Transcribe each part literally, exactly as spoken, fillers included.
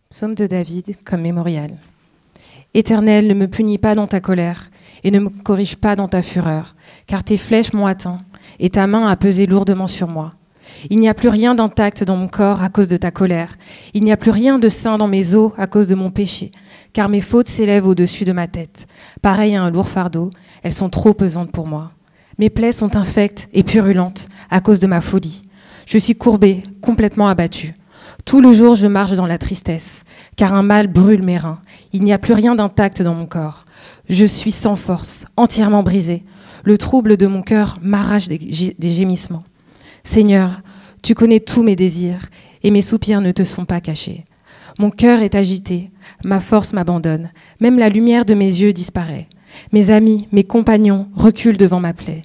Psaume de David comme mémorial. Éternel, ne me punis pas dans ta colère et ne me corrige pas dans ta fureur, car tes flèches m'ont atteint et ta main a pesé lourdement sur moi. Il n'y a plus rien d'intact dans mon corps à cause de ta colère. Il n'y a plus rien de sain dans mes os à cause de mon péché, car mes fautes s'élèvent au-dessus de ma tête. Pareil à un lourd fardeau, elles sont trop pesantes pour moi. Mes plaies sont infectes et purulentes à cause de ma folie. Je suis courbée, complètement abattue. Tout le jour, je marche dans la tristesse, car un mal brûle mes reins. Il n'y a plus rien d'intact dans mon corps. Je suis sans force, entièrement brisée. Le trouble de mon cœur m'arrache des, des gémissements. Seigneur, tu connais tous mes désirs, et mes soupirs ne te sont pas cachés. Mon cœur est agité, ma force m'abandonne, même la lumière de mes yeux disparaît. Mes amis, mes compagnons reculent devant ma plaie.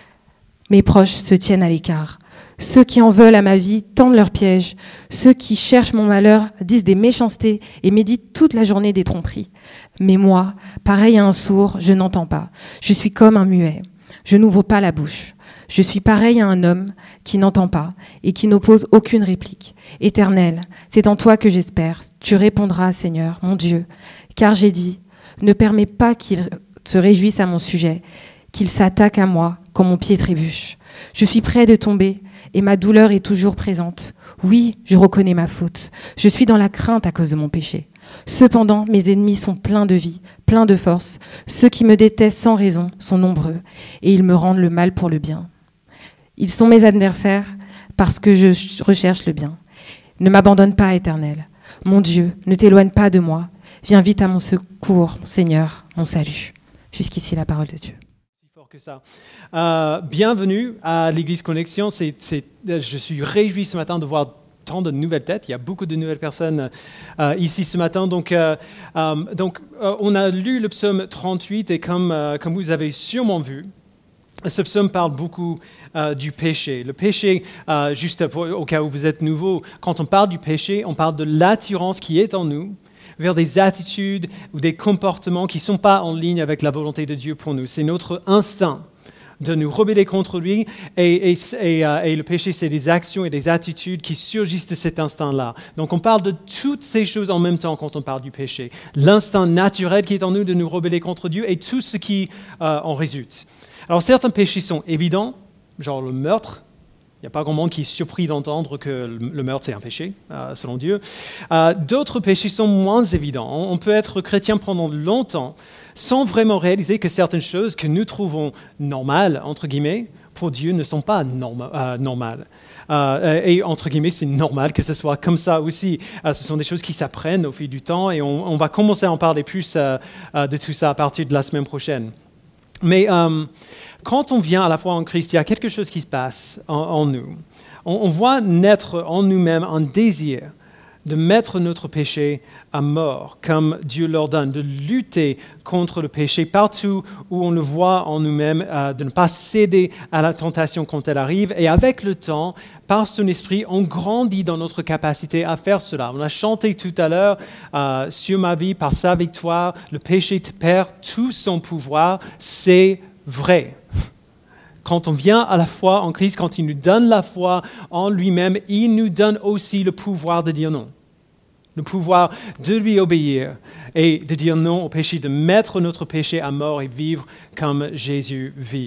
Mes proches se tiennent à l'écart. Ceux qui en veulent à ma vie tendent leurs pièges. Ceux qui cherchent mon malheur disent des méchancetés et méditent toute la journée des tromperies. Mais moi, pareil à un sourd, je n'entends pas. Je suis comme un muet. Je n'ouvre pas la bouche. Je suis pareil à un homme qui n'entend pas et qui n'oppose aucune réplique. Éternel, c'est en toi que j'espère. Tu répondras, Seigneur, mon Dieu. Car j'ai dit, ne permets pas qu'il se réjouisse à mon sujet, qu'il s'attaque à moi quand mon pied trébuche. Je suis près de tomber et ma douleur est toujours présente. Oui, je reconnais ma faute. Je suis dans la crainte à cause de mon péché. Cependant, mes ennemis sont pleins de vie, pleins de force. Ceux qui me détestent sans raison sont nombreux et ils me rendent le mal pour le bien. Ils sont mes adversaires parce que je recherche le bien. Ne m'abandonne pas, Éternel. Mon Dieu, ne t'éloigne pas de moi. Viens vite à mon secours, Seigneur, mon salut. Jusqu'ici, la parole de Dieu. Que ça. Euh, bienvenue à l'Église Connexion. C'est, c'est, je suis réjoui ce matin de voir tant de nouvelles têtes. Il y a beaucoup de nouvelles personnes euh, ici ce matin. Donc, euh, euh, donc euh, on a lu le psaume trente-huit et comme, euh, comme vous avez sûrement vu, ce psaume parle beaucoup euh, du péché. Le péché, euh, juste pour, au cas où vous êtes nouveau, quand on parle du péché, on parle de l'attirance qui est en nous vers des attitudes ou des comportements qui ne sont pas en ligne avec la volonté de Dieu pour nous. C'est notre instinct de nous rebeller contre lui et, et, et, euh, et le péché, c'est des actions et des attitudes qui surgissent de cet instinct-là. Donc on parle de toutes ces choses en même temps quand on parle du péché. L'instinct naturel qui est en nous de nous rebeller contre Dieu et tout ce qui euh, en résulte. Alors certains péchés sont évidents, genre le meurtre. Il n'y a pas grand monde qui est surpris d'entendre que le meurtre, c'est un péché, euh, selon Dieu. Euh, d'autres péchés sont moins évidents. On peut être chrétien pendant longtemps sans vraiment réaliser que certaines choses que nous trouvons normales, entre guillemets, pour Dieu ne sont pas norma- euh, normales. Euh, et entre guillemets, c'est normal que ce soit comme ça aussi. Euh, ce sont des choses qui s'apprennent au fil du temps et on, on va commencer à en parler plus euh, euh, de tout ça à partir de la semaine prochaine. Mais euh, quand on vient à la foi en Christ, il y a quelque chose qui se passe en, en nous. On, on voit naître en nous-mêmes un désir de mettre notre péché à mort, comme Dieu l'ordonne, de lutter contre le péché partout où on le voit en nous-mêmes, euh, de ne pas céder à la tentation quand elle arrive. Et avec le temps, par son esprit, on grandit dans notre capacité à faire cela. On a chanté tout à l'heure, euh, sur ma vie, par sa victoire, le péché perd tout son pouvoir, c'est vrai. Quand on vient à la foi en Christ, quand il nous donne la foi en lui-même, il nous donne aussi le pouvoir de dire non. Le pouvoir de lui obéir et de dire non au péché, de mettre notre péché à mort et vivre comme Jésus vit.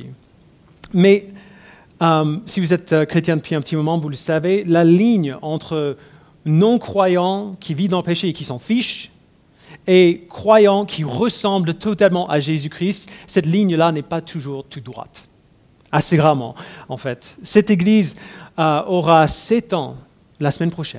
Mais euh, si vous êtes chrétien depuis un petit moment, vous le savez, la ligne entre non-croyants qui vivent dans le péché et qui s'en fichent et croyants qui ressemblent totalement à Jésus-Christ, cette ligne-là n'est pas toujours toute droite. Assez rarement, en fait. Cette église euh, aura sept ans la semaine prochaine.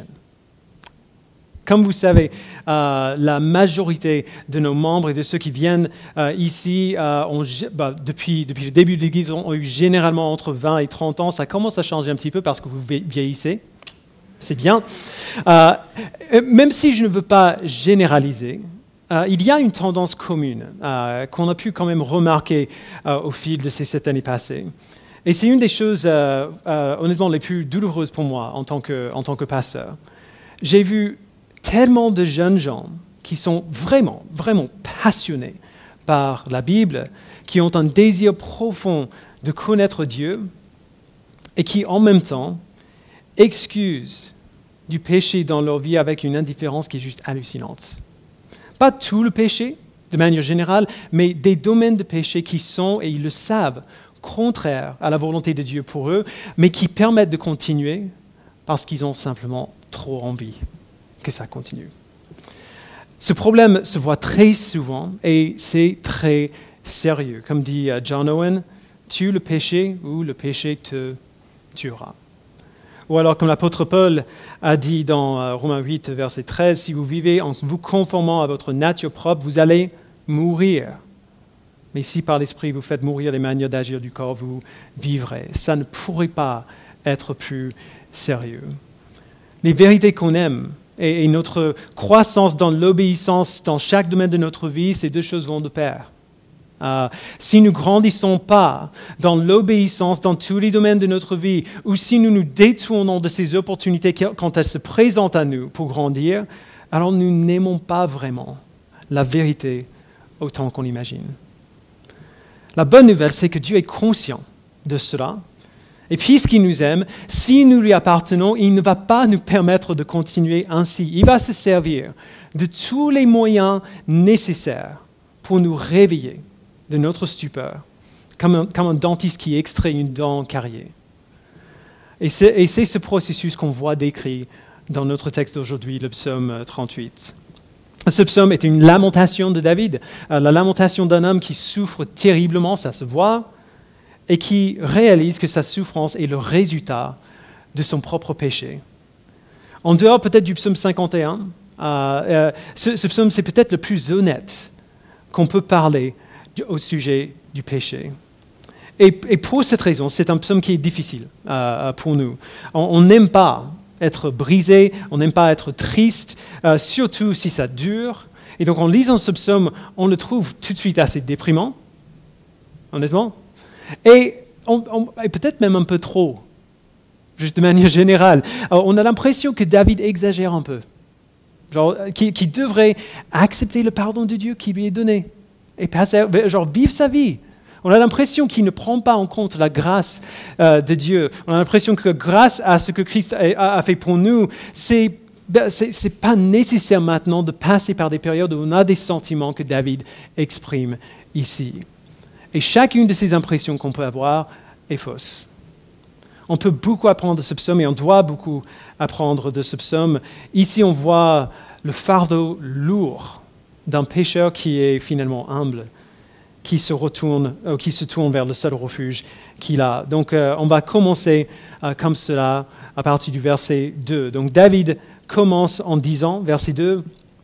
Comme vous savez, euh, la majorité de nos membres et de ceux qui viennent euh, ici, euh, ont, bah, depuis, depuis le début de l'église, ont, ont eu généralement entre vingt et trente ans. Ça commence à changer un petit peu parce que vous vieillissez. C'est bien. Euh, même si je ne veux pas généraliser, Euh, il y a une tendance commune euh, qu'on a pu quand même remarquer euh, au fil de ces sept années passées. Et c'est une des choses, euh, euh, honnêtement, les plus douloureuses pour moi en tant que, en tant que pasteur. J'ai vu tellement de jeunes gens qui sont vraiment, vraiment passionnés par la Bible, qui ont un désir profond de connaître Dieu et qui, en même temps, excusent du péché dans leur vie avec une indifférence qui est juste hallucinante. Pas tout le péché, de manière générale, mais des domaines de péché qui sont, et ils le savent, contraires à la volonté de Dieu pour eux, mais qui permettent de continuer parce qu'ils ont simplement trop envie que ça continue. Ce problème se voit très souvent et c'est très sérieux. Comme dit John Owen, tue le péché ou le péché te tuera. Ou alors, comme l'apôtre Paul a dit dans Romains huit, verset treize, si vous vivez en vous conformant à votre nature propre, vous allez mourir. Mais si par l'Esprit vous faites mourir les manières d'agir du corps, vous vivrez. Ça ne pourrait pas être plus sérieux. Les vérités qu'on aime et, et notre croissance dans l'obéissance dans chaque domaine de notre vie, ces deux choses vont de pair. Euh, si nous ne grandissons pas dans l'obéissance dans tous les domaines de notre vie, ou si nous nous détournons de ces opportunités quand elles se présentent à nous pour grandir, alors nous n'aimons pas vraiment la vérité autant qu'on l'imagine. La bonne nouvelle, c'est que Dieu est conscient de cela. Et puisqu'il nous aime, si nous lui appartenons, il ne va pas nous permettre de continuer ainsi. Il va se servir de tous les moyens nécessaires pour nous réveiller de notre stupeur, comme un, comme un dentiste qui extrait une dent carriée. Et c'est, et c'est ce processus qu'on voit décrit dans notre texte d'aujourd'hui, le psaume trente-huit. Ce psaume est une lamentation de David, la lamentation d'un homme qui souffre terriblement, ça se voit, et qui réalise que sa souffrance est le résultat de son propre péché. En dehors peut-être du psaume cinquante et un, euh, euh, ce, ce psaume c'est peut-être le plus honnête qu'on peut parler au sujet du péché. Et, et pour cette raison, c'est un psaume qui est difficile euh, pour nous. On n'aime pas être brisé, on n'aime pas être triste, euh, surtout si ça dure. Et donc en lisant ce psaume, on le trouve tout de suite assez déprimant, honnêtement. Et, on, on, et peut-être même un peu trop, juste de manière générale. Alors, on a l'impression que David exagère un peu, genre, qu'il, qu'il devrait accepter le pardon de Dieu qui lui est donné. Et passer, genre, vivre sa vie. On a l'impression qu'il ne prend pas en compte la grâce euh, de Dieu. On a l'impression que grâce à ce que Christ a, a fait pour nous, c'est, c'est, c'est pas nécessaire maintenant de passer par des périodes où on a des sentiments que David exprime ici. Et chacune de ces impressions qu'on peut avoir est fausse. On peut beaucoup apprendre de ce psaume et on doit beaucoup apprendre de ce psaume. Ici, on voit le fardeau lourd d'un pécheur qui est finalement humble, qui se retourne, euh, qui se tourne vers le seul refuge qu'il a. Donc, euh, on va commencer euh, comme cela à partir du verset deux. Donc, David commence en disant, verset deux,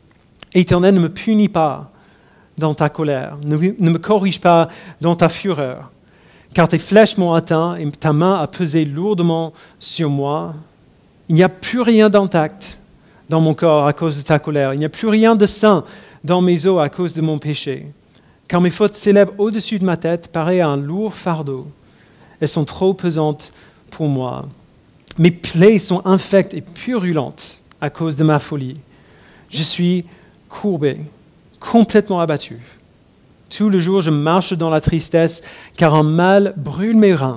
« Éternel, ne me punis pas dans ta colère, ne, ne me corrige pas dans ta fureur, car tes flèches m'ont atteint et ta main a pesé lourdement sur moi. Il n'y a plus rien d'intact dans mon corps à cause de ta colère, il n'y a plus rien de sain dans mes os à cause de mon péché. Car mes fautes s'élèvent au-dessus de ma tête, pareil à un lourd fardeau. Elles sont trop pesantes pour moi. Mes plaies sont infectes et purulentes à cause de ma folie. Je suis courbé, complètement abattu. Tout le jour, je marche dans la tristesse, car un mal brûle mes reins,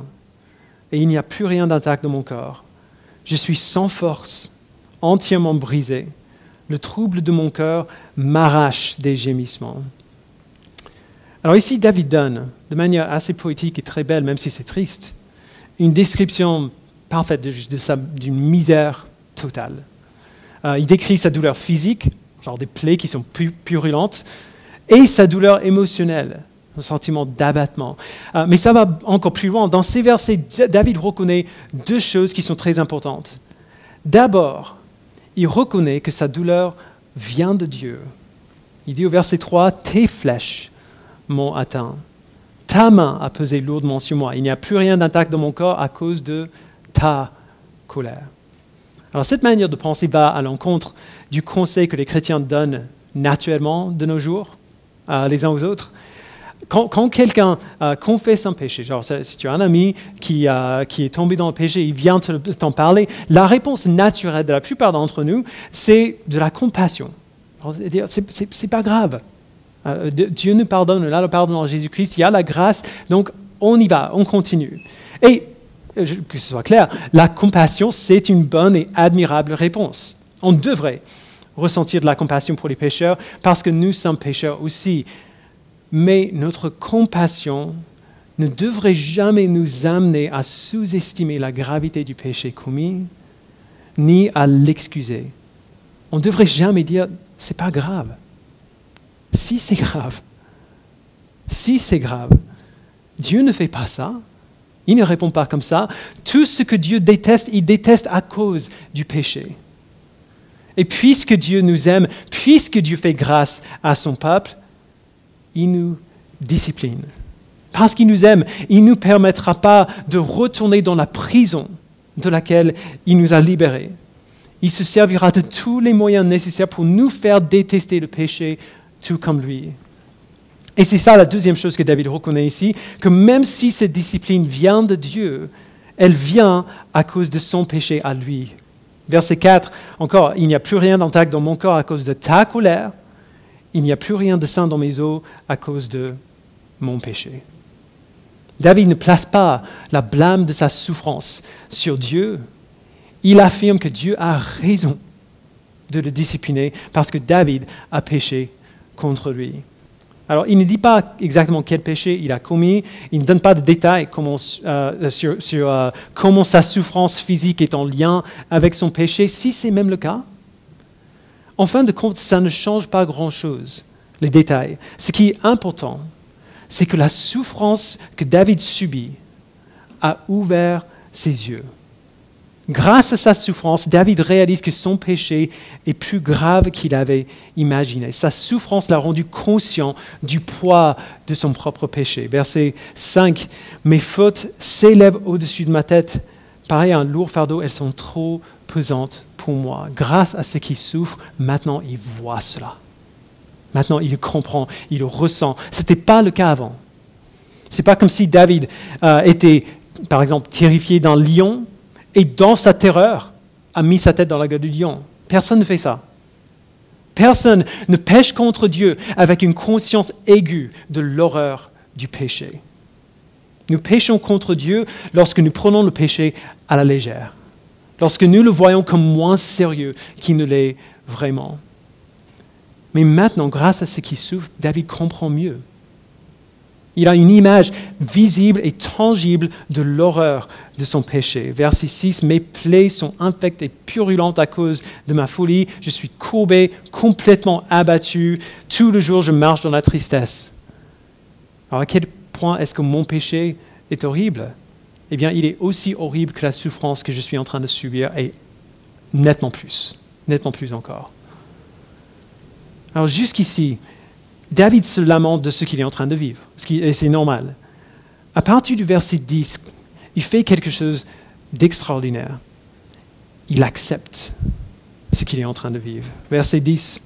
et il n'y a plus rien d'intact dans mon corps. Je suis sans force, entièrement brisé. Le trouble de mon cœur m'arrache des gémissements. » Alors ici, David donne, de manière assez poétique et très belle, même si c'est triste, une description parfaite de, de sa, d'une misère totale. Euh, il décrit sa douleur physique, genre des plaies qui sont pu- purulentes, et sa douleur émotionnelle, un sentiment d'abattement. Euh, mais ça va encore plus loin. Dans ces versets, David reconnaît deux choses qui sont très importantes. D'abord, il reconnaît que sa douleur vient de Dieu. Il dit au verset trois, « Tes flèches m'ont atteint. Ta main a pesé lourdement sur moi. Il n'y a plus rien d'intact dans mon corps à cause de ta colère. » Alors cette manière de penser va à l'encontre du conseil que les chrétiens donnent naturellement de nos jours, euh, les uns aux autres. Quand, quand quelqu'un euh, confesse un péché, genre si tu as un ami qui, euh, qui est tombé dans le péché, il vient te, t'en parler, la réponse naturelle de la plupart d'entre nous, c'est de la compassion. C'est, c'est, c'est pas grave. Euh, Dieu nous pardonne, on a le pardon en Jésus-Christ, il y a la grâce, donc on y va, on continue. Et que ce soit clair, la compassion, c'est une bonne et admirable réponse. On devrait ressentir de la compassion pour les pécheurs parce que nous sommes pécheurs aussi. Mais notre compassion ne devrait jamais nous amener à sous-estimer la gravité du péché commis, ni à l'excuser. On ne devrait jamais dire « c'est pas grave ». Si c'est grave, si c'est grave, Dieu ne fait pas ça. Il ne répond pas comme ça. Tout ce que Dieu déteste, il déteste à cause du péché. Et puisque Dieu nous aime, puisque Dieu fait grâce à son peuple, il nous discipline. Parce qu'il nous aime, il ne nous permettra pas de retourner dans la prison de laquelle il nous a libérés. Il se servira de tous les moyens nécessaires pour nous faire détester le péché, tout comme lui. Et c'est ça la deuxième chose que David reconnaît ici, que même si cette discipline vient de Dieu, elle vient à cause de son péché à lui. Verset quatre, encore, il n'y a plus rien d'intact dans mon corps à cause de ta colère, il n'y a plus rien de sain dans mes os à cause de mon péché. David ne place pas la blâme de sa souffrance sur Dieu. Il affirme que Dieu a raison de le discipliner parce que David a péché contre lui. Alors, il ne dit pas exactement quel péché il a commis, il ne donne pas de détails comment, euh, sur, sur euh, comment sa souffrance physique est en lien avec son péché, si c'est même le cas. En fin de compte, ça ne change pas grand-chose, les détails. Ce qui est important, c'est que la souffrance que David subit a ouvert ses yeux. Grâce à sa souffrance, David réalise que son péché est plus grave qu'il avait imaginé. Sa souffrance l'a rendu conscient du poids de son propre péché. Verset cinq, « Mes fautes s'élèvent au-dessus de ma tête. Pareil à un lourd fardeau, elles sont trop pesantes pour moi. » Grâce à ce qu'il souffre, maintenant il voit cela. Maintenant il le comprend, il le ressent. Ce n'était pas le cas avant. Ce n'est pas comme si David euh, était, par exemple, terrifié d'un lion, et dans sa terreur, a mis sa tête dans la gueule du lion. Personne ne fait ça. Personne ne pêche contre Dieu avec une conscience aiguë de l'horreur du péché. Nous péchons contre Dieu lorsque nous prenons le péché à la légère, lorsque nous le voyons comme moins sérieux qu'il ne l'est vraiment. Mais maintenant, grâce à ce qu'il souffre, David comprend mieux. Il a une image visible et tangible de l'horreur de son péché. Verset six, « Mes plaies sont infectes et purulentes à cause de ma folie. Je suis courbé, complètement abattu. Tout le jour, je marche dans la tristesse. » Alors, à quel point est-ce que mon péché est horrible ? Eh bien, il est aussi horrible que la souffrance que je suis en train de subir et nettement plus, nettement plus encore. Alors, jusqu'ici, David se lamente de ce qu'il est en train de vivre, et c'est normal. À partir du verset dix, il fait quelque chose d'extraordinaire. Il accepte ce qu'il est en train de vivre. Verset dix.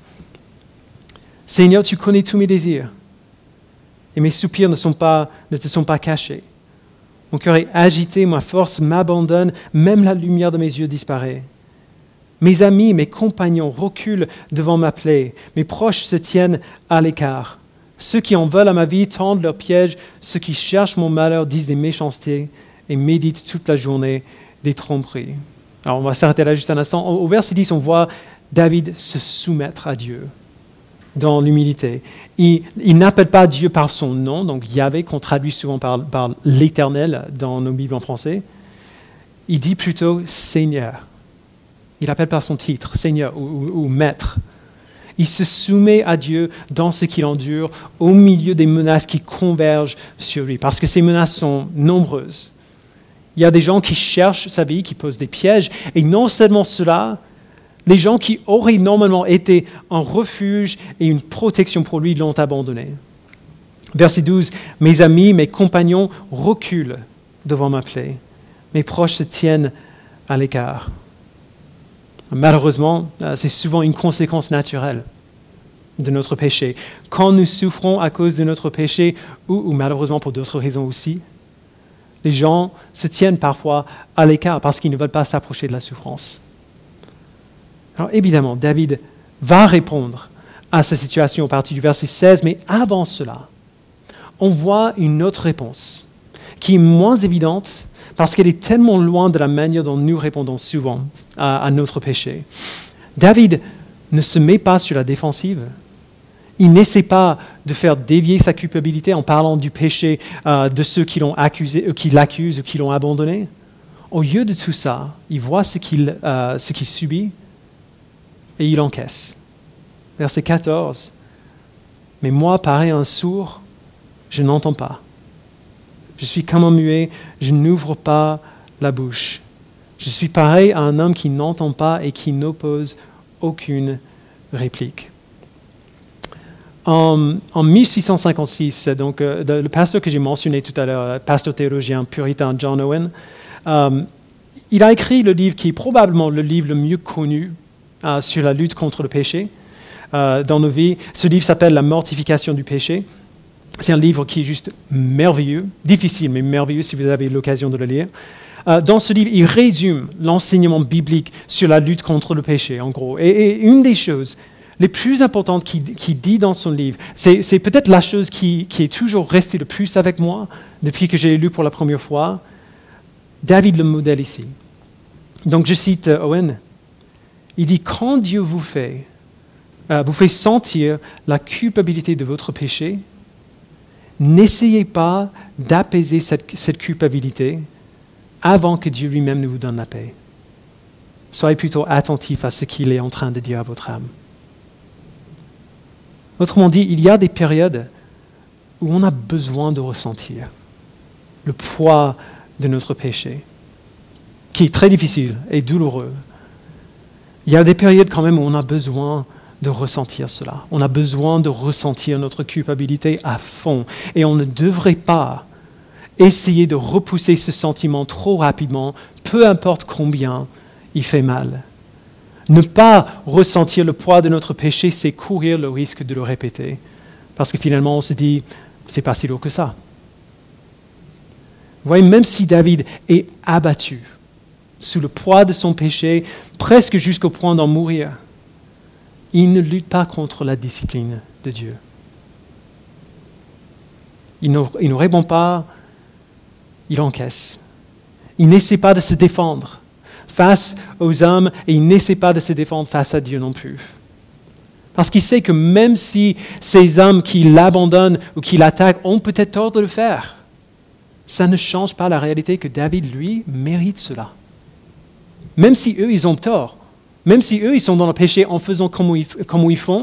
« Seigneur, tu connais tous mes désirs, et mes soupirs ne, sont pas, ne te sont pas cachés. Mon cœur est agité, ma force m'abandonne, même la lumière de mes yeux disparaît. Mes amis, mes compagnons reculent devant ma plaie. Mes proches se tiennent à l'écart. Ceux qui en veulent à ma vie tendent leurs pièges. Ceux qui cherchent mon malheur disent des méchancetés et méditent toute la journée des tromperies. » Alors, on va s'arrêter là juste un instant. Au verset dix, on voit David se soumettre à Dieu dans l'humilité. Il, il n'appelle pas Dieu par son nom, donc Yahvé, qu'on traduit souvent par, par l'Éternel dans nos Bibles en français. Il dit plutôt Seigneur. Il appelle par son titre, Seigneur ou, ou, ou Maître. Il se soumet à Dieu dans ce qu'il endure, au milieu des menaces qui convergent sur lui, parce que ces menaces sont nombreuses. Il y a des gens qui cherchent sa vie, qui posent des pièges, et non seulement cela, les gens qui auraient normalement été un refuge et une protection pour lui l'ont abandonné. Verset douze, « Mes amis, mes compagnons reculent devant ma plaie. Mes proches se tiennent à l'écart. » Malheureusement, c'est souvent une conséquence naturelle de notre péché. Quand nous souffrons à cause de notre péché, ou, ou malheureusement pour d'autres raisons aussi, les gens se tiennent parfois à l'écart parce qu'ils ne veulent pas s'approcher de la souffrance. Alors évidemment, David va répondre à sa situation à partir du verset seize, mais avant cela, on voit une autre réponse qui est moins évidente parce qu'elle est tellement loin de la manière dont nous répondons souvent à, à notre péché. David ne se met pas sur la défensive. Il n'essaie pas de faire dévier sa culpabilité en parlant du péché euh, de ceux qui l'ont accusé, euh, qui l'accusent ou qui l'ont abandonné. Au lieu de tout ça, il voit ce qu'il, euh, ce qu'il subit et il encaisse. Verset quatorze. « Mais moi, pareil à un sourd, je n'entends pas. Je suis comme un muet, je n'ouvre pas la bouche. Je suis pareil à un homme qui n'entend pas et qui n'oppose aucune réplique. » En, en mille six cent cinquante-six, donc, euh, le pasteur que j'ai mentionné tout à l'heure, le pasteur théologien puritain John Owen, euh, il a écrit le livre qui est probablement le livre le mieux connu euh, sur la lutte contre le péché euh, dans nos vies. Ce livre s'appelle « La mortification du péché ». C'est un livre qui est juste merveilleux, difficile mais merveilleux si vous avez l'occasion de le lire. Euh, dans ce livre, il résume l'enseignement biblique sur la lutte contre le péché, en gros. Et, et une des choses les plus importantes qu'il, qu'il dit dans son livre, c'est, c'est peut-être la chose qui, qui est toujours restée le plus avec moi depuis que j'ai lu pour la première fois. David le modèle ici. Donc je cite euh, Owen. Il dit « Quand Dieu vous fait, euh, vous fait sentir la culpabilité de votre péché, n'essayez pas d'apaiser cette, cette culpabilité avant que Dieu lui-même ne vous donne la paix. Soyez plutôt attentifs à ce qu'il est en train de dire à votre âme. » Autrement dit, il y a des périodes où on a besoin de ressentir le poids de notre péché, qui est très difficile et douloureux. Il y a des périodes quand même où on a besoin de ressentir cela. On a besoin de ressentir notre culpabilité à fond. Et on ne devrait pas essayer de repousser ce sentiment trop rapidement, peu importe combien il fait mal. Ne pas ressentir le poids de notre péché, c'est courir le risque de le répéter. Parce que finalement, on se dit, c'est pas si lourd que ça. Vous voyez, même si David est abattu sous le poids de son péché, presque jusqu'au point d'en mourir, il ne lutte pas contre la discipline de Dieu. Il ne, il ne répond pas, il encaisse. Il n'essaie pas de se défendre face aux hommes et il n'essaie pas de se défendre face à Dieu non plus. Parce qu'il sait que même si ces hommes qui l'abandonnent ou qui l'attaquent ont peut-être tort de le faire, ça ne change pas la réalité que David, lui, mérite cela. Même si eux, ils ont tort, même si eux, ils sont dans le péché en faisant comme ils, comme ils font,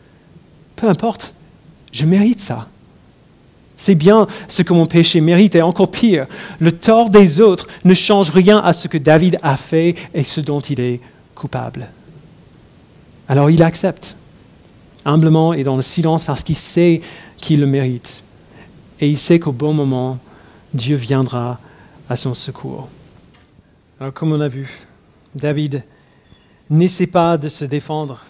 peu importe, je mérite ça. C'est bien ce que mon péché mérite, et encore pire, le tort des autres ne change rien à ce que David a fait et ce dont il est coupable. Alors il accepte, humblement et dans le silence, parce qu'il sait qu'il le mérite. Et il sait qu'au bon moment, Dieu viendra à son secours. Alors comme on a vu, David n'essaie pas de se défendre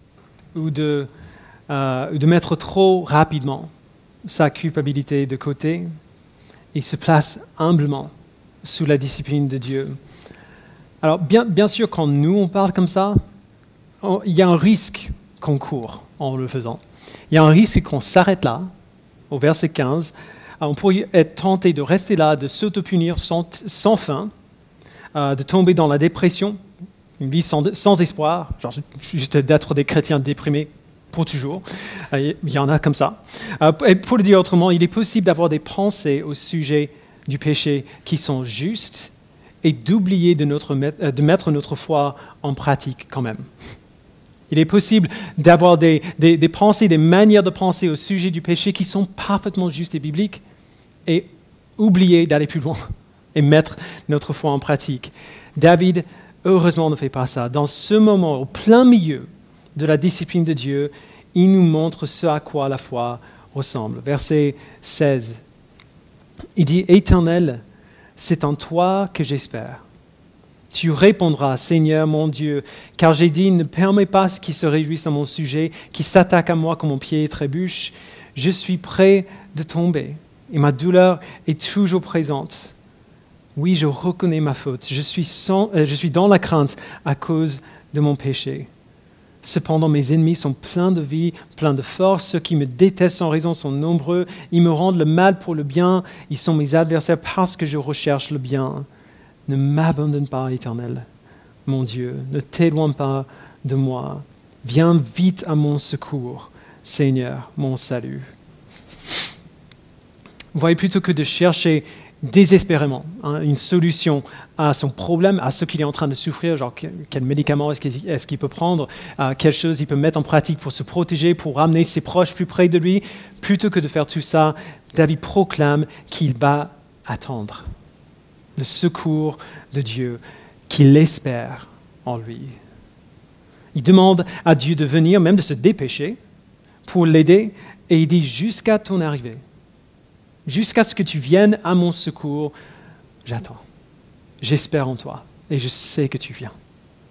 ou de, euh, de mettre trop rapidement sa culpabilité de côté. Il se place humblement sous la discipline de Dieu. Alors bien, bien sûr, quand nous on parle comme ça, on, il y a un risque qu'on court en le faisant. Il y a un risque qu'on s'arrête là, au verset quinze. On pourrait être tenté de rester là, de s'auto-punir sans, sans fin, euh, de tomber dans la dépression, une vie sans, sans espoir, genre juste d'être des chrétiens déprimés pour toujours. Euh, il y en a comme ça. Euh, et pour le dire autrement, il est possible d'avoir des pensées au sujet du péché qui sont justes et d'oublier de, notre, de mettre notre foi en pratique quand même. Il est possible d'avoir des, des, des pensées, des manières de penser au sujet du péché qui sont parfaitement justes et bibliques et oublier d'aller plus loin et mettre notre foi en pratique. David, heureusement, ne fait pas ça. Dans ce moment, au plein milieu de la discipline de Dieu, il nous montre ce à quoi la foi ressemble. Verset seize. Il dit « Éternel, c'est en toi que j'espère. Tu répondras, Seigneur mon Dieu, car j'ai dit, ne permets pas qu'ils se réjouissent à mon sujet, qu'ils s'attaquent à moi comme mon pied trébuche. Je suis prêt de tomber, et ma douleur est toujours présente. Oui, je reconnais ma faute. Je suis, sans, euh, je suis dans la crainte à cause de mon péché. Cependant, mes ennemis sont pleins de vie, pleins de force. Ceux qui me détestent sans raison sont nombreux. Ils me rendent le mal pour le bien. Ils sont mes adversaires parce que je recherche le bien. Ne m'abandonne pas, Éternel, mon Dieu. Ne t'éloigne pas de moi. Viens vite à mon secours, Seigneur, mon salut. Vous voyez, plutôt que de chercher désespérément hein, une solution à son problème, à ce qu'il est en train de souffrir, genre quel médicament est-ce qu'il, est-ce qu'il peut prendre, euh, quelle chose il peut mettre en pratique pour se protéger, pour ramener ses proches plus près de lui, plutôt que de faire tout ça, David proclame qu'il va attendre le secours de Dieu, qu'il espère en lui. Il demande à Dieu de venir, même de se dépêcher pour l'aider, et il dit jusqu'à ton arrivée. Jusqu'à ce que tu viennes à mon secours, j'attends. J'espère en toi et je sais que tu viens.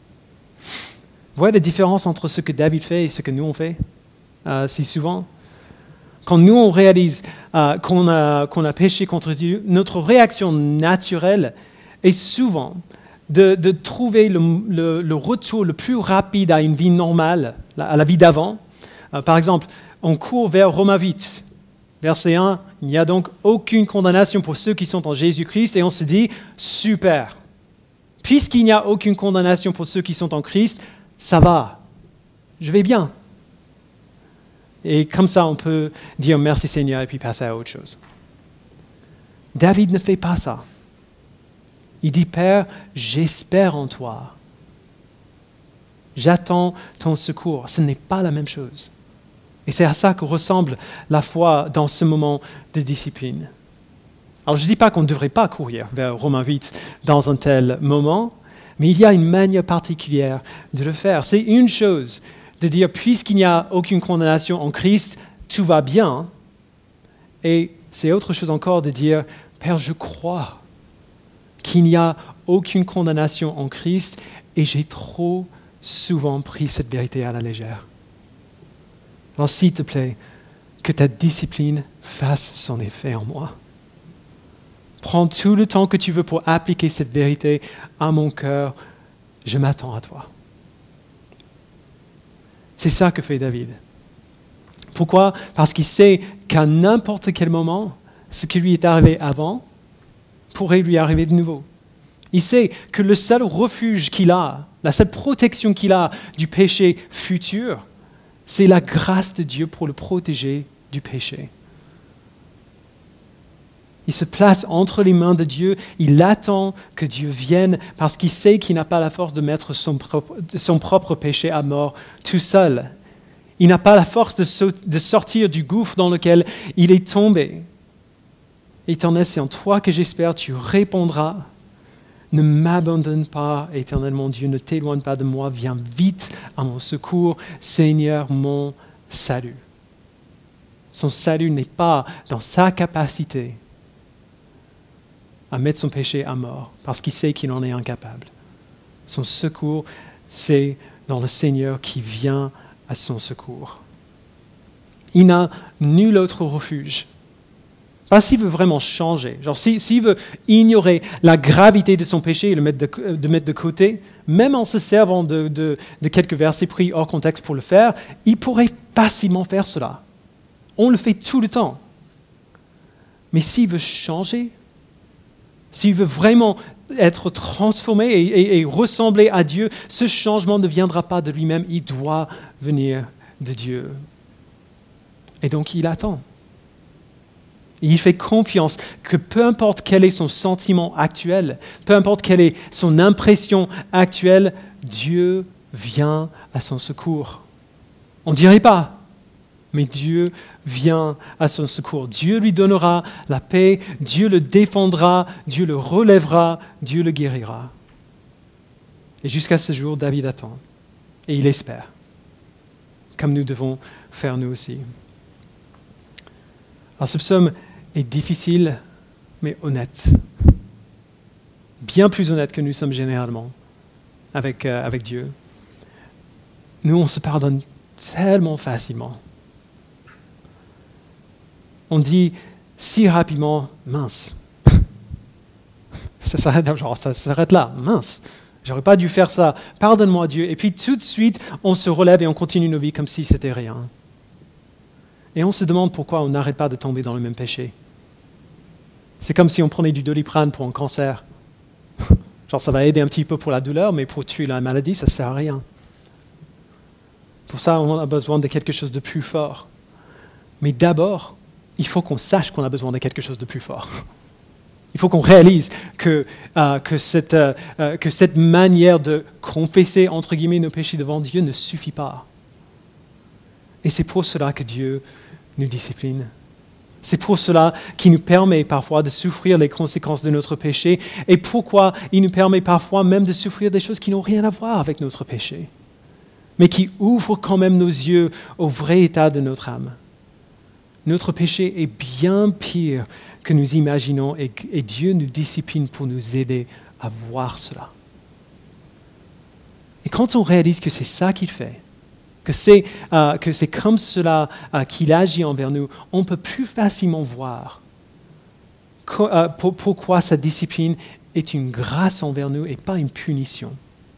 Vous voyez la différence entre ce que David fait et ce que nous on fait euh, si souvent? Quand nous on réalise euh, qu'on a, qu'on a péché contre Dieu, notre réaction naturelle est souvent de, de trouver le, le, le retour le plus rapide à une vie normale, à la vie d'avant. Euh, par exemple, on court vers Romains huit. Verset un, il n'y a donc aucune condamnation pour ceux qui sont en Jésus-Christ, et on se dit, super, puisqu'il n'y a aucune condamnation pour ceux qui sont en Christ, ça va, je vais bien. Et comme ça, on peut dire merci Seigneur et puis passer à autre chose. David ne fait pas ça. Il dit, Père, j'espère en toi. J'attends ton secours. Ce n'est pas la même chose. Et c'est à ça que ressemble la foi dans ce moment de discipline. Alors je ne dis pas qu'on ne devrait pas courir vers Romains huit dans un tel moment, mais il y a une manière particulière de le faire. C'est une chose de dire, puisqu'il n'y a aucune condamnation en Christ, tout va bien. Et c'est autre chose encore de dire, Père, je crois qu'il n'y a aucune condamnation en Christ et j'ai trop souvent pris cette vérité à la légère. Alors, s'il te plaît, que ta discipline fasse son effet en moi. Prends tout le temps que tu veux pour appliquer cette vérité à mon cœur. Je m'attends à toi. C'est ça que fait David. Pourquoi? Parce qu'il sait qu'à n'importe quel moment, ce qui lui est arrivé avant pourrait lui arriver de nouveau. Il sait que le seul refuge qu'il a, la seule protection qu'il a du péché futur, c'est la grâce de Dieu pour le protéger du péché. Il se place entre les mains de Dieu, il attend que Dieu vienne parce qu'il sait qu'il n'a pas la force de mettre son propre, son propre péché à mort tout seul. Il n'a pas la force de, saut, de sortir du gouffre dans lequel il est tombé. Éternel, c'est en toi que j'espère, tu répondras. Ne m'abandonne pas, Éternel mon Dieu, ne t'éloigne pas de moi, viens vite à mon secours, Seigneur mon salut. Son salut n'est pas dans sa capacité à mettre son péché à mort, parce qu'il sait qu'il en est incapable. Son secours, c'est dans le Seigneur qui vient à son secours. Il n'a nul autre refuge. Pas s'il veut vraiment changer. Genre, s'il si veut ignorer la gravité de son péché et le mettre de, de mettre de côté, même en se servant de, de, de quelques versets pris hors contexte pour le faire, il pourrait facilement faire cela. On le fait tout le temps. Mais s'il veut changer, s'il veut vraiment être transformé et, et, et ressembler à Dieu, ce changement ne viendra pas de lui-même, il doit venir de Dieu. Et donc il attend. Il fait confiance que peu importe quel est son sentiment actuel, peu importe quelle est son impression actuelle, Dieu vient à son secours. On ne dirait pas, mais Dieu vient à son secours. Dieu lui donnera la paix, Dieu le défendra, Dieu le relèvera, Dieu le guérira. Et jusqu'à ce jour, David attend et il espère, comme nous devons faire nous aussi. Alors ce psaume est difficile, mais honnête. Bien plus honnête que nous sommes généralement avec, euh, avec Dieu. Nous, on se pardonne tellement facilement. On dit si rapidement, mince. Ça s'arrête, genre, ça s'arrête là, mince. J'aurais pas dû faire ça. Pardonne-moi, Dieu. Et puis tout de suite, on se relève et on continue nos vies comme si c'était rien. Et on se demande pourquoi on n'arrête pas de tomber dans le même péché. C'est comme si on prenait du Doliprane pour un cancer. Genre, ça va aider un petit peu pour la douleur, mais pour tuer la maladie, ça ne sert à rien. Pour ça, on a besoin de quelque chose de plus fort. Mais d'abord, il faut qu'on sache qu'on a besoin de quelque chose de plus fort. Il faut qu'on réalise que, euh, que, cette, euh, que cette manière de confesser, entre guillemets, nos péchés devant Dieu ne suffit pas. Et c'est pour cela que Dieu nous discipline. C'est pour cela qu'il nous permet parfois de souffrir les conséquences de notre péché et pourquoi il nous permet parfois même de souffrir des choses qui n'ont rien à voir avec notre péché, mais qui ouvrent quand même nos yeux au vrai état de notre âme. Notre péché est bien pire que nous imaginons et, et Dieu nous discipline pour nous aider à voir cela. Et quand on réalise que c'est ça qu'il fait, que c'est, euh, que c'est comme cela euh, qu'il agit envers nous, on peut plus facilement voir co- euh, pour, pourquoi sa discipline est une grâce envers nous et pas une punition.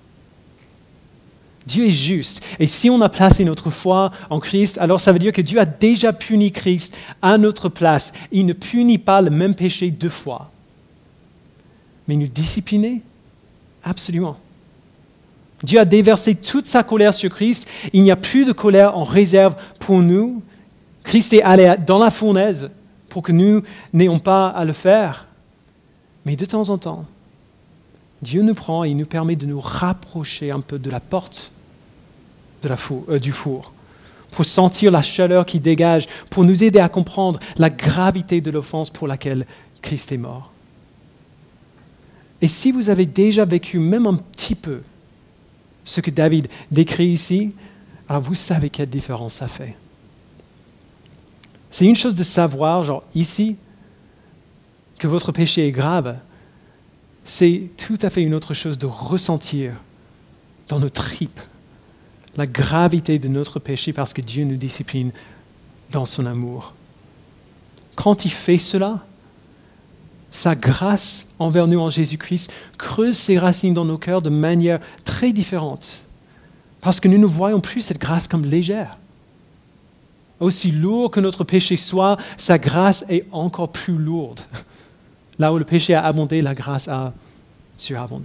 Dieu est juste. Et si on a placé notre foi en Christ, alors ça veut dire que Dieu a déjà puni Christ à notre place. Il ne punit pas le même péché deux fois. Mais nous discipliner, absolument. Dieu a déversé toute sa colère sur Christ. Il n'y a plus de colère en réserve pour nous. Christ est allé dans la fournaise pour que nous n'ayons pas à le faire. Mais de temps en temps, Dieu nous prend et il nous permet de nous rapprocher un peu de la porte de la four, euh, du four, pour sentir la chaleur qui dégage, pour nous aider à comprendre la gravité de l'offense pour laquelle Christ est mort. Et si vous avez déjà vécu même un petit peu ce que David décrit ici, alors vous savez quelle différence ça fait. C'est une chose de savoir, genre ici, que votre péché est grave. C'est tout à fait une autre chose de ressentir dans nos tripes la gravité de notre péché parce que Dieu nous discipline dans son amour. Quand il fait cela, sa grâce envers nous en Jésus-Christ creuse ses racines dans nos cœurs de manière très différente parce que nous ne voyons plus cette grâce comme légère. Aussi lourd que notre péché soit, sa grâce est encore plus lourde. Là où le péché a abondé, la grâce a surabondé.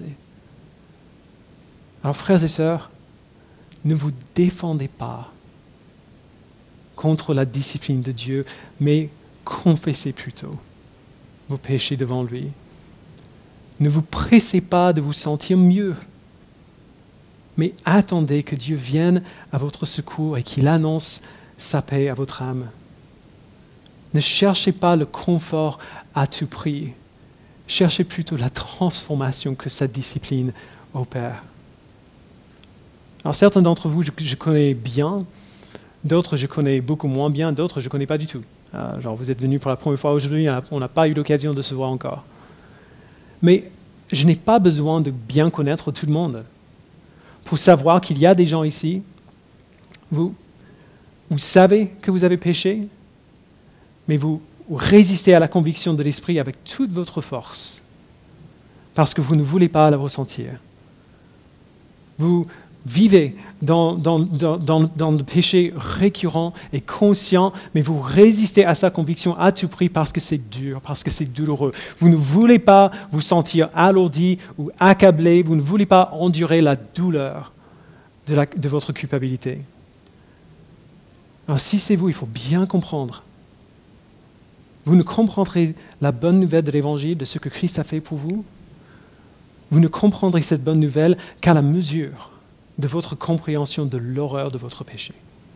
Alors frères et sœurs, ne vous défendez pas contre la discipline de Dieu, mais confessez plutôt vos péchés devant lui. Ne vous pressez pas de vous sentir mieux, mais attendez que Dieu vienne à votre secours et qu'il annonce sa paix à votre âme. Ne cherchez pas le confort à tout prix. Cherchez plutôt la transformation que sa discipline opère. Alors certains d'entre vous, je, je connais bien, d'autres je connais beaucoup moins bien, d'autres je ne connais pas du tout. Euh, genre vous êtes venus pour la première fois aujourd'hui, on n'a pas eu l'occasion de se voir encore. Mais je n'ai pas besoin de bien connaître tout le monde pour savoir qu'il y a des gens ici, vous, vous savez que vous avez péché, mais vous résistez à la conviction de l'Esprit avec toute votre force, parce que vous ne voulez pas la ressentir. Vous vivez dans, dans, dans, dans, dans le péché récurrent et conscient, mais vous résistez à sa conviction à tout prix parce que c'est dur, parce que c'est douloureux. Vous ne voulez pas vous sentir alourdi ou accablé, vous ne voulez pas endurer la douleur de, la, de votre culpabilité. Alors si c'est vous, il faut bien comprendre. Vous ne comprendrez la bonne nouvelle de l'Évangile, de ce que Christ a fait pour vous. Vous ne comprendrez cette bonne nouvelle qu'à la mesure de votre compréhension de l'horreur de votre péché.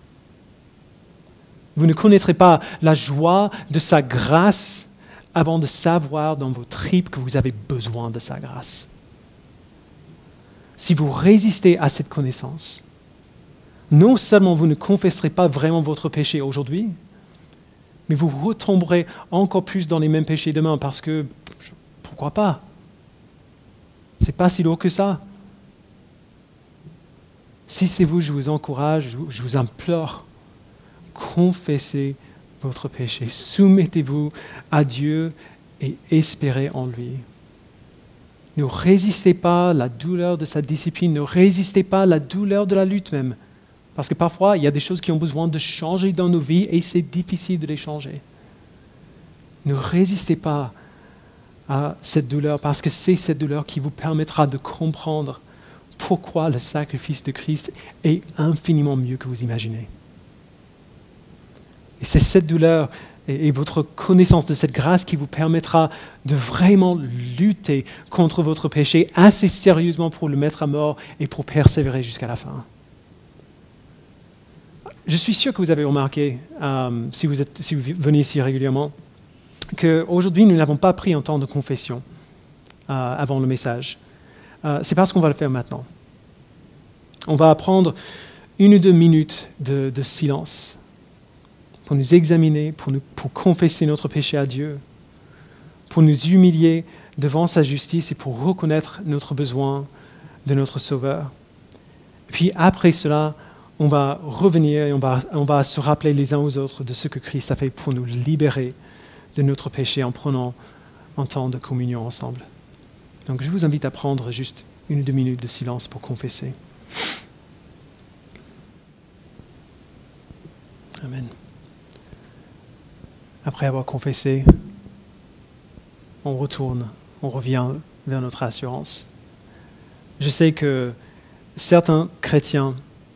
Vous ne connaîtrez pas la joie de sa grâce avant de savoir dans vos tripes que vous avez besoin de sa grâce. Si vous résistez à cette connaissance, non seulement vous ne confesserez pas vraiment votre péché aujourd'hui, mais vous retomberez encore plus dans les mêmes péchés demain parce que, pourquoi pas? C'est pas si lourd que ça. Si c'est vous, je vous encourage, je vous implore, confessez votre péché, soumettez-vous à Dieu et espérez en lui. Ne résistez pas à la douleur de sa discipline, ne résistez pas à la douleur de la lutte même. Parce que parfois, il y a des choses qui ont besoin de changer dans nos vies et c'est difficile de les changer. Ne résistez pas à cette douleur parce que c'est cette douleur qui vous permettra de comprendre pourquoi le sacrifice de Christ est infiniment mieux que vous imaginez. Et c'est cette douleur et, et votre connaissance de cette grâce qui vous permettra de vraiment lutter contre votre péché assez sérieusement pour le mettre à mort et pour persévérer jusqu'à la fin. Je suis sûr que vous avez remarqué, euh, si, vous êtes, si vous venez ici régulièrement, qu'aujourd'hui nous n'avons pas pris un temps de confession euh, avant le message. Euh, c'est parce qu'on va le faire maintenant. On va prendre une ou deux minutes de, de silence pour nous examiner, pour, nous, pour confesser notre péché à Dieu, pour nous humilier devant sa justice et pour reconnaître notre besoin de notre Sauveur. Puis après cela, on va revenir et on va, on va se rappeler les uns aux autres de ce que Christ a fait pour nous libérer de notre péché en prenant un temps de communion ensemble. Donc je vous invite à prendre juste une ou deux minutes de silence pour confesser. Amen. Après avoir confessé, on retourne, on revient vers notre assurance. Je sais que certains chrétiens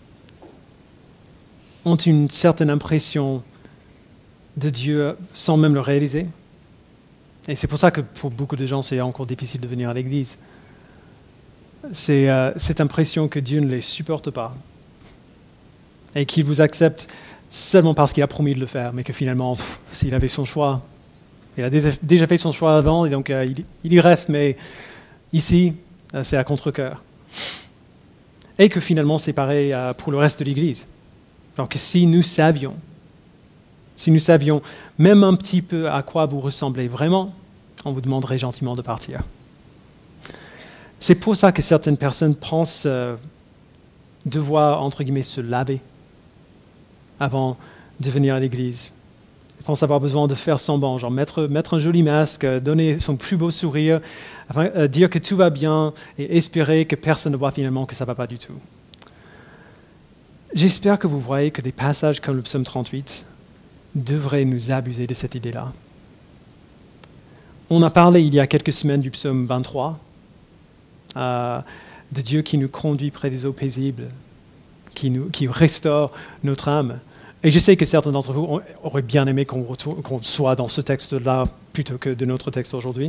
ont une certaine impression de Dieu sans même le réaliser. Et c'est pour ça que pour beaucoup de gens, c'est encore difficile de venir à l'église. C'est euh, cette impression que Dieu ne les supporte pas et qu'il vous accepte seulement parce qu'il a promis de le faire, mais que finalement, pff, s'il avait son choix, il a déjà fait son choix avant, et donc euh, il, il y reste, mais ici, euh, c'est à contre-cœur. Et que finalement, c'est pareil euh, pour le reste de l'Église. Donc si nous savions, si nous savions même un petit peu à quoi vous ressemblez vraiment, on vous demanderait gentiment de partir. C'est pour ça que certaines personnes pensent euh, devoir, entre guillemets, se laver avant de venir à l'église. Ils pensent avoir besoin de faire semblant, genre mettre, mettre un joli masque, donner son plus beau sourire, afin, euh, dire que tout va bien et espérer que personne ne voit finalement que ça ne va pas du tout. J'espère que vous voyez que des passages comme le psaume trente-huit devraient nous abuser de cette idée-là. On a parlé il y a quelques semaines du psaume vingt-trois, euh, de Dieu qui nous conduit près des eaux paisibles, qui, nous, qui restaure notre âme. Et je sais que certains d'entre vous auraient bien aimé qu'on, retourne, qu'on soit dans ce texte-là plutôt que de notre texte aujourd'hui.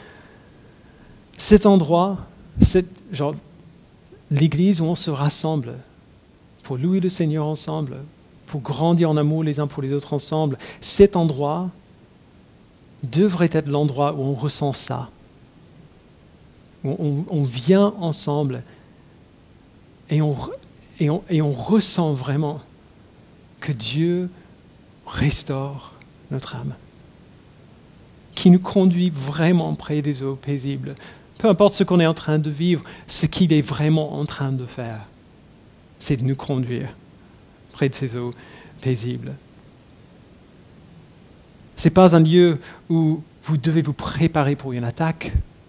Cet endroit, c'est genre l'église où on se rassemble pour louer le Seigneur ensemble, pour grandir en amour les uns pour les autres ensemble, cet endroit devrait être l'endroit où on ressent ça, où on, on vient ensemble et on, et, on, et on ressent vraiment que Dieu restaure notre âme, qui nous conduit vraiment près des eaux paisibles. Peu importe ce qu'on est en train de vivre, ce qu'il est vraiment en train de faire, c'est de nous conduire près de ces eaux paisibles. Ce n'est pas un lieu où vous devez vous préparer pour une attaque,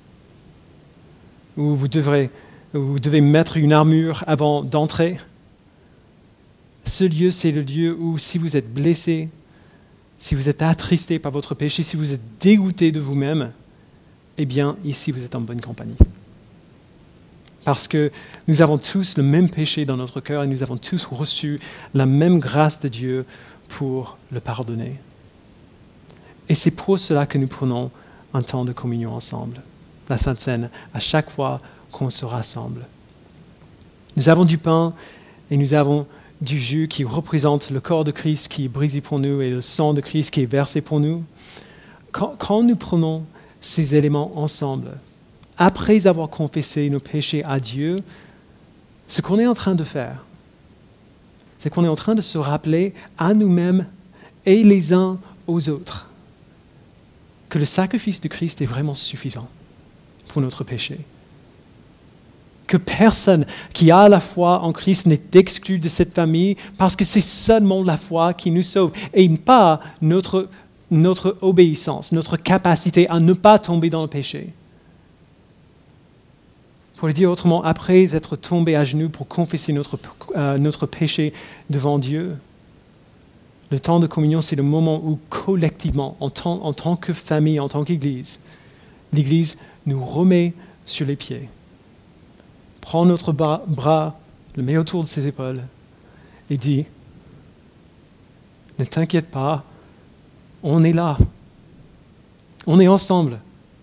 où vous, devrez, où vous devez mettre une armure avant d'entrer. Ce lieu, c'est le lieu où si vous êtes blessé, si vous êtes attristé par votre péché, si vous êtes dégoûté de vous-même, eh bien, ici, vous êtes en bonne compagnie. Parce que nous avons tous le même péché dans notre cœur et nous avons tous reçu la même grâce de Dieu pour le pardonner. Et c'est pour cela que nous prenons un temps de communion ensemble, la Sainte Seine, à chaque fois qu'on se rassemble. Nous avons du pain et nous avons du jus qui représente le corps de Christ qui est brisé pour nous et le sang de Christ qui est versé pour nous. Quand, quand nous prenons ces éléments ensemble, après avoir confessé nos péchés à Dieu, ce qu'on est en train de faire, c'est qu'on est en train de se rappeler à nous-mêmes et les uns aux autres que le sacrifice de Christ est vraiment suffisant pour notre péché. Que personne qui a la foi en Christ n'est exclu de cette famille parce que c'est seulement la foi qui nous sauve et pas notre, notre obéissance, notre capacité à ne pas tomber dans le péché. Pour le dire autrement, après être tombé à genoux pour confesser notre, euh, notre péché devant Dieu, le temps de communion, c'est le moment où collectivement, en tant, en tant que famille, en tant qu'Église, l'Église nous remet sur les pieds, prend notre bras, bras, le met autour de ses épaules et dit, ne t'inquiète pas, on est là, on est ensemble.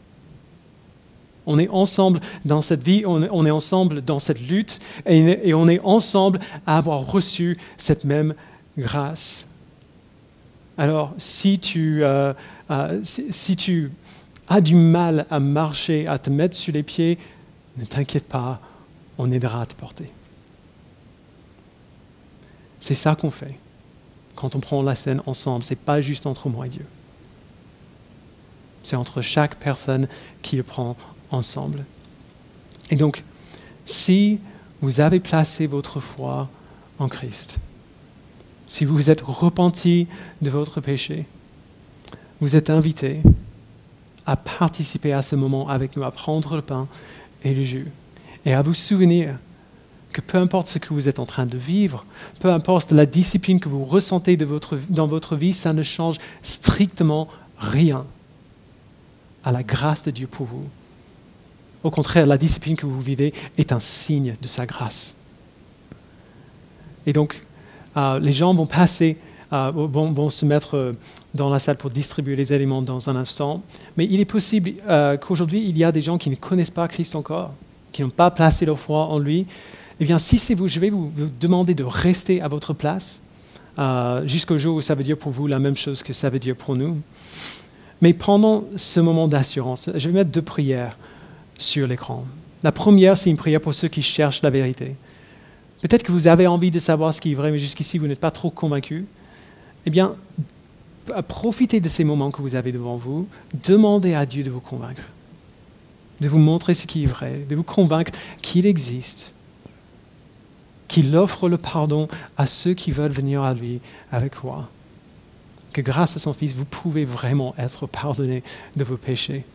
On est ensemble dans cette vie, on est, on est ensemble dans cette lutte et, et on est ensemble à avoir reçu cette même grâce. Alors, si tu, euh, euh, si, si tu as du mal à marcher, à te mettre sur les pieds, ne t'inquiète pas, on aidera à te porter. C'est ça qu'on fait quand on prend la scène ensemble. Ce n'est pas juste entre moi et Dieu. C'est entre chaque personne qui le prend ensemble. Et donc, si vous avez placé votre foi en Christ, si vous vous êtes repenti de votre péché, vous êtes invité à participer à ce moment avec nous, à prendre le pain et le jus, et à vous souvenir que peu importe ce que vous êtes en train de vivre, peu importe la discipline que vous ressentez de votre, dans votre vie, ça ne change strictement rien à la grâce de Dieu pour vous. Au contraire, la discipline que vous vivez est un signe de sa grâce. Et donc, euh, les gens vont passer, euh, vont, vont se mettre euh, dans la salle pour distribuer les éléments dans un instant. Mais il est possible euh, qu'aujourd'hui, il y a des gens qui ne connaissent pas Christ encore, qui n'ont pas placé leur foi en lui. Eh bien, si c'est vous, je vais vous, vous demander de rester à votre place euh, jusqu'au jour où ça veut dire pour vous la même chose que ça veut dire pour nous. Mais pendant ce moment d'assurance, je vais mettre deux prières sur l'écran. La première, c'est une prière pour ceux qui cherchent la vérité. Peut-être que vous avez envie de savoir ce qui est vrai, mais jusqu'ici, vous n'êtes pas trop convaincu. Eh bien, profitez de ces moments que vous avez devant vous. Demandez à Dieu de vous convaincre, de vous montrer ce qui est vrai, de vous convaincre qu'il existe, qu'il offre le pardon à ceux qui veulent venir à lui avec foi. Que grâce à son Fils, vous pouvez vraiment être pardonné de vos péchés.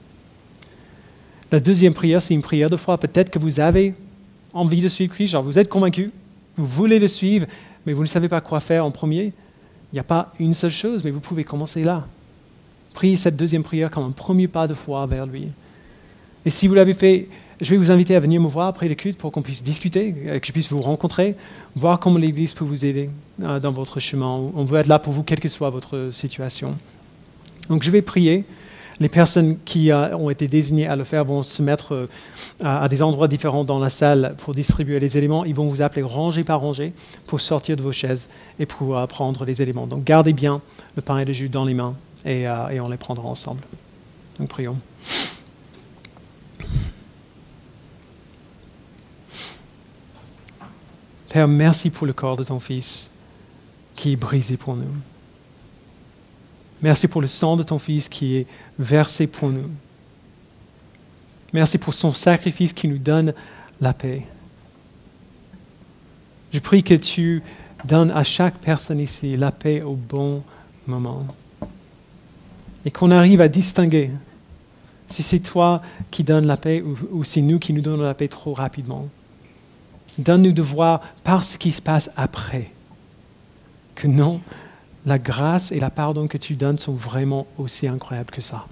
La deuxième prière, c'est une prière de foi. Peut-être que vous avez envie de suivre Christ, genre vous êtes convaincu, vous voulez le suivre, mais vous ne savez pas quoi faire en premier. Il n'y a pas une seule chose, mais vous pouvez commencer là. Priez cette deuxième prière comme un premier pas de foi vers lui. Et si vous l'avez fait, je vais vous inviter à venir me voir après le culte pour qu'on puisse discuter, que je puisse vous rencontrer, voir comment l'Église peut vous aider dans votre chemin. On veut être là pour vous, quelle que soit votre situation. Donc je vais prier. Les personnes qui euh, ont été désignées à le faire vont se mettre euh, à, à des endroits différents dans la salle pour distribuer les éléments. Ils vont vous appeler rangée par rangée pour sortir de vos chaises et pour euh, prendre les éléments. Donc gardez bien le pain et le jus dans les mains et, euh, et on les prendra ensemble. Donc prions. Père, merci pour le corps de ton Fils qui est brisé pour nous. Merci pour le sang de ton Fils qui est versé pour nous. Merci pour son sacrifice qui nous donne la paix. Je prie que tu donnes à chaque personne ici la paix au bon moment. Et qu'on arrive à distinguer si c'est toi qui donnes la paix ou, ou c'est nous qui nous donnons la paix trop rapidement. Donne-nous de voir par ce qui se passe après que non, la grâce et la pardon que tu donnes sont vraiment aussi incroyables que ça.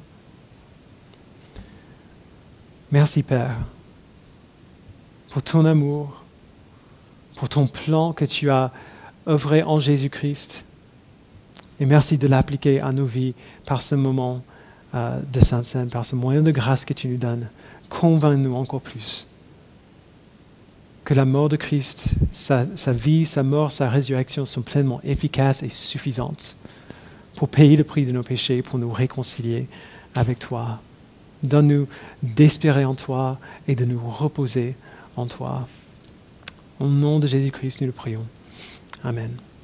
Merci Père pour ton amour, pour ton plan que tu as œuvré en Jésus-Christ. Et merci de l'appliquer à nos vies par ce moment euh, de Sainte Seine, par ce moyen de grâce que tu nous donnes. Convainc-nous encore plus que la mort de Christ, sa, sa vie, sa mort, sa résurrection sont pleinement efficaces et suffisantes pour payer le prix de nos péchés, pour nous réconcilier avec toi. Donne-nous d'espérer en toi et de nous reposer en toi. Au nom de Jésus-Christ, nous le prions. Amen.